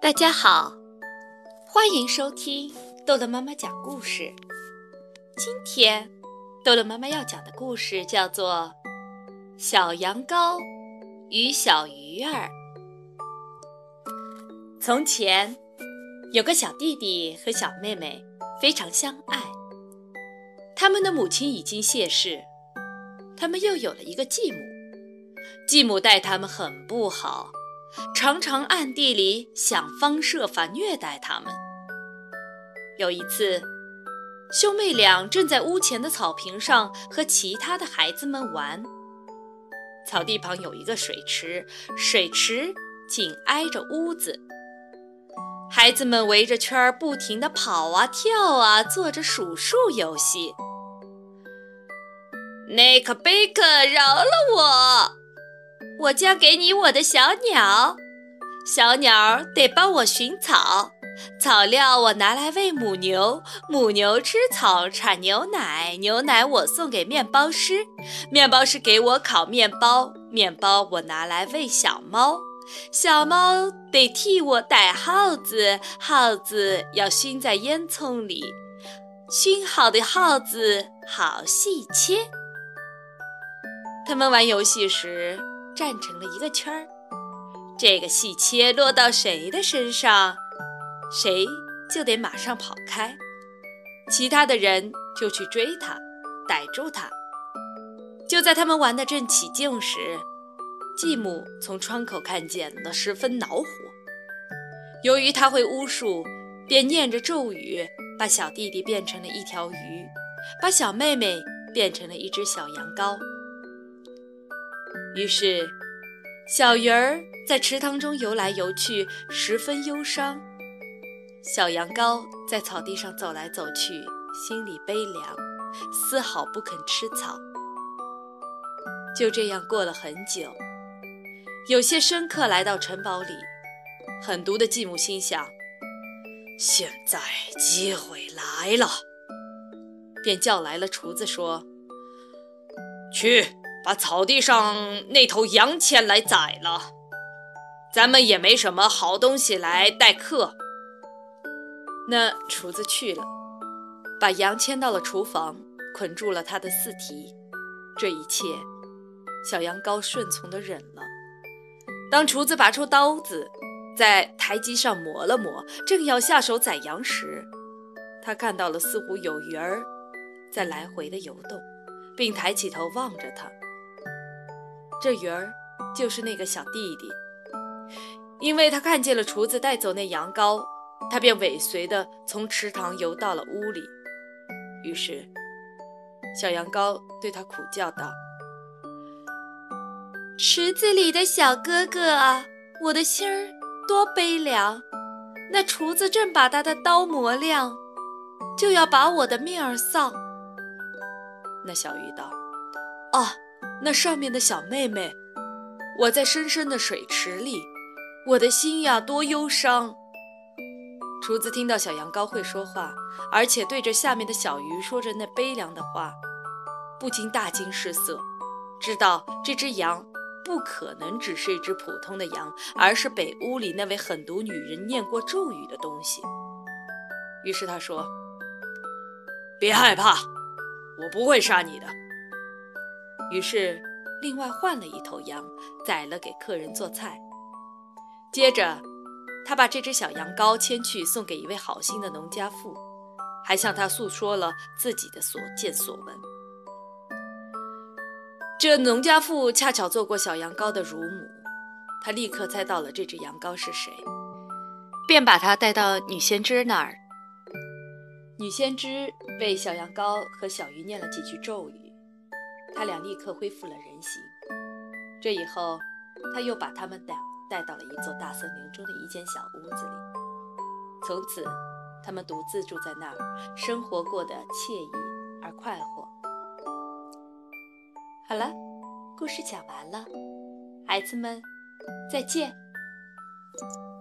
大家好，欢迎收听豆豆妈妈讲故事。今天豆豆妈妈要讲的故事叫做《小羊羔与小鱼儿》。从前有个小弟弟和小妹妹非常相爱，他们的母亲已经谢世，他们又有了一个继母。继母待他们很不好，常常暗地里想方设法虐待他们。有一次，兄妹俩正在屋前的草坪上和其他的孩子们玩。草地旁有一个水池，水池紧挨着屋子。孩子们围着圈儿不停地跑啊跳啊，做着数数游戏。那个贝克饶了我交给你我的小鸟，小鸟得帮我寻草，草料我拿来喂母牛，母牛吃草产牛奶，牛奶我送给面包师，面包师给我烤面包，面包我拿来喂小猫，小猫得替我逮耗子，耗子要熏在烟囱里，熏好的耗子好细切。他们玩游戏时站成了一个圈儿，这个细切落到谁的身上，谁就得马上跑开，其他的人就去追他，逮住他。就在他们玩得正起劲时，继母从窗口看见了，十分恼火。由于他会巫术，便念着咒语，把小弟弟变成了一条鱼，把小妹妹变成了一只小羊羔。于是小鱼儿在池塘中游来游去，十分忧伤。小羊羔在草地上走来走去，心里悲凉，丝毫不肯吃草。就这样过了很久，有些生客来到城堡里，狠毒的继母心想，现在机会来了，便叫来了厨子说，去把草地上那头羊牵来宰了，咱们也没什么好东西来待客。那厨子去了，把羊牵到了厨房，捆住了他的四蹄。这一切小羊羔顺从地忍了。当厨子拔出刀子在台基上磨了磨，正要下手宰羊时，他看到了似乎有鱼儿在来回的游动，并抬起头望着他。这鱼儿就是那个小弟弟。因为他看见了厨子带走那羊羔，他便尾随地从池塘游到了屋里。于是小羊羔对他苦叫道，池子里的小哥哥啊，我的心儿多悲凉，那厨子正把他的刀磨亮，就要把我的命儿丧。那小鱼道，那上面的小妹妹，我在深深的水池里，我的心呀多忧伤。厨子听到小羊羔会说话，而且对着下面的小鱼说着那悲凉的话，不禁大惊失色，知道这只羊不可能只是一只普通的羊，而是北屋里那位狠毒女人念过咒语的东西。于是他说，别害怕，我不会杀你的。于是另外换了一头羊，宰了给客人做菜。接着他把这只小羊羔牵去送给一位好心的农家妇，还向他诉说了自己的所见所闻。这农家妇恰巧做过小羊羔的乳母，她立刻猜到了这只羊羔是谁，便把它带到女先知那儿。女先知为小羊羔和小鱼念了几句咒语，他俩立刻恢复了人形。这以后他又把他们俩带到了一座大森林中的一间小屋子里。从此他们独自住在那儿，生活过得惬意而快活。好了，故事讲完了，孩子们再见。